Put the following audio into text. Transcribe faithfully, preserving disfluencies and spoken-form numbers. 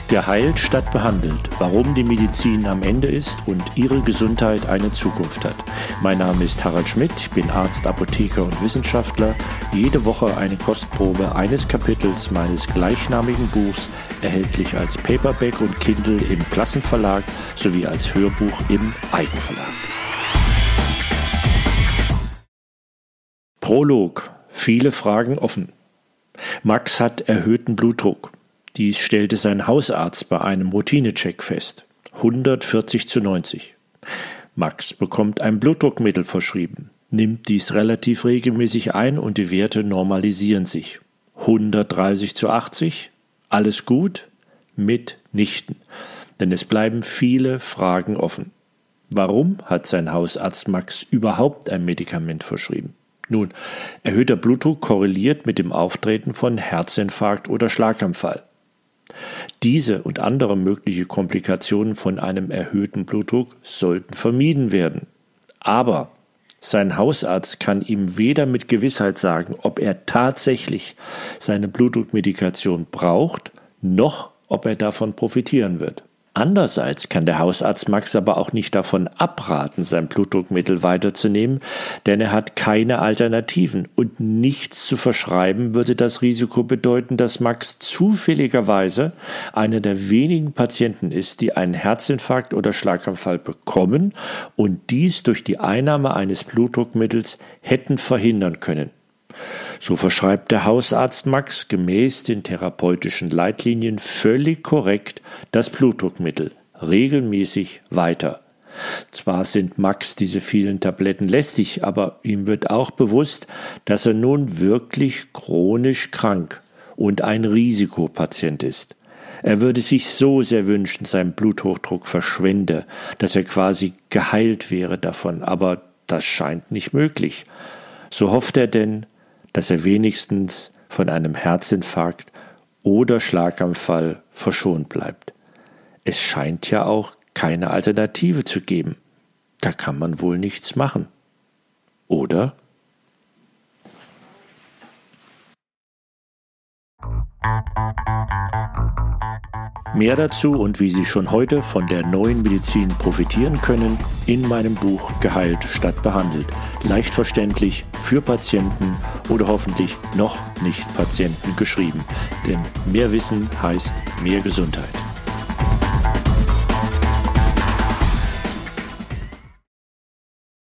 Geheilt statt behandelt, warum die Medizin am Ende ist und Ihre Gesundheit eine Zukunft hat. Mein Name ist Harald Schmidt, ich bin Arzt, Apotheker und Wissenschaftler. Jede Woche eine Kostprobe eines Kapitels meines gleichnamigen Buchs, erhältlich als Paperback und Kindle im Klassenverlag sowie als Hörbuch im Eigenverlag. Prolog. Viele Fragen offen. Max hat erhöhten Blutdruck. Dies stellte sein Hausarzt bei einem Routinecheck fest. hundertvierzig zu neunzig. Max bekommt ein Blutdruckmittel verschrieben, nimmt dies relativ regelmäßig ein und die Werte normalisieren sich. hundertdreißig zu achtzig. Alles gut? Mitnichten. Denn es bleiben viele Fragen offen. Warum hat sein Hausarzt Max überhaupt ein Medikament verschrieben? Nun, erhöhter Blutdruck korreliert mit dem Auftreten von Herzinfarkt oder Schlaganfall. Diese und andere mögliche Komplikationen von einem erhöhten Blutdruck sollten vermieden werden. Aber sein Hausarzt kann ihm weder mit Gewissheit sagen, ob er tatsächlich seine Blutdruckmedikation braucht, noch ob er davon profitieren wird. Andererseits kann der Hausarzt Max aber auch nicht davon abraten, sein Blutdruckmittel weiterzunehmen, denn er hat keine Alternativen und nichts zu verschreiben würde das Risiko bedeuten, dass Max zufälligerweise einer der wenigen Patienten ist, die einen Herzinfarkt oder Schlaganfall bekommen und dies durch die Einnahme eines Blutdruckmittels hätten verhindern können. So verschreibt der Hausarzt Max gemäß den therapeutischen Leitlinien völlig korrekt das Blutdruckmittel regelmäßig weiter. Zwar sind Max diese vielen Tabletten lästig, aber ihm wird auch bewusst, dass er nun wirklich chronisch krank und ein Risikopatient ist. Er würde sich so sehr wünschen, sein Bluthochdruck verschwende, dass er quasi geheilt wäre davon, aber das scheint nicht möglich. So hofft er denn, dass er wenigstens von einem Herzinfarkt oder Schlaganfall verschont bleibt. Es scheint ja auch keine Alternative zu geben. Da kann man wohl nichts machen. Oder? Mehr dazu und wie Sie schon heute von der neuen Medizin profitieren können, in meinem Buch Geheilt statt behandelt. Leicht verständlich für Patienten oder hoffentlich noch nicht Patienten geschrieben. Denn mehr Wissen heißt mehr Gesundheit.